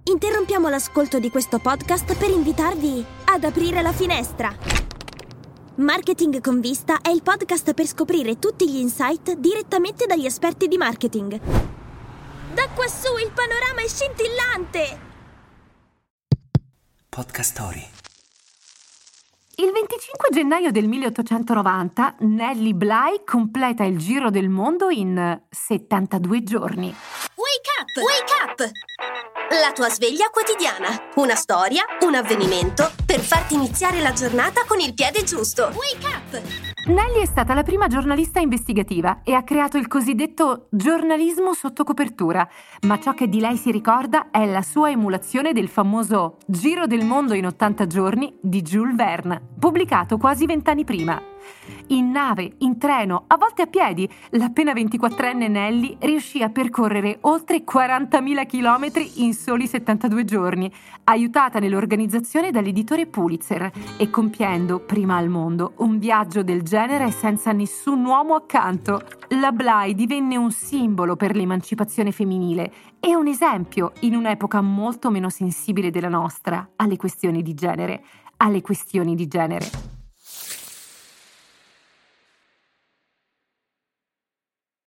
Interrompiamo l'ascolto di questo podcast per invitarvi ad aprire la finestra. Marketing con Vista è il podcast per scoprire tutti gli insight direttamente dagli esperti di marketing. Da quassù il panorama è scintillante! Podcast Story. Il 25 gennaio del 1890 Nellie Bly completa il giro del mondo in 72 giorni. Wake up! Wake up! La tua sveglia quotidiana. Una storia, un avvenimento per farti iniziare la giornata con il piede giusto. Wake up! Nellie è stata la prima giornalista investigativa e ha creato il cosiddetto giornalismo sotto copertura, ma ciò che di lei si ricorda è la sua emulazione del famoso Giro del mondo in 80 giorni di Jules Verne, pubblicato quasi 20 anni prima. In nave, in treno, a volte a piedi, l'appena 24enne Nellie riuscì a percorrere oltre 40.000 chilometri in soli 72 giorni, aiutata nell'organizzazione dall'editore Pulitzer e compiendo, prima al mondo, un viaggio del genere senza nessun uomo accanto. La Bly divenne un simbolo per l'emancipazione femminile e un esempio, in un'epoca molto meno sensibile della nostra, alle questioni di genere.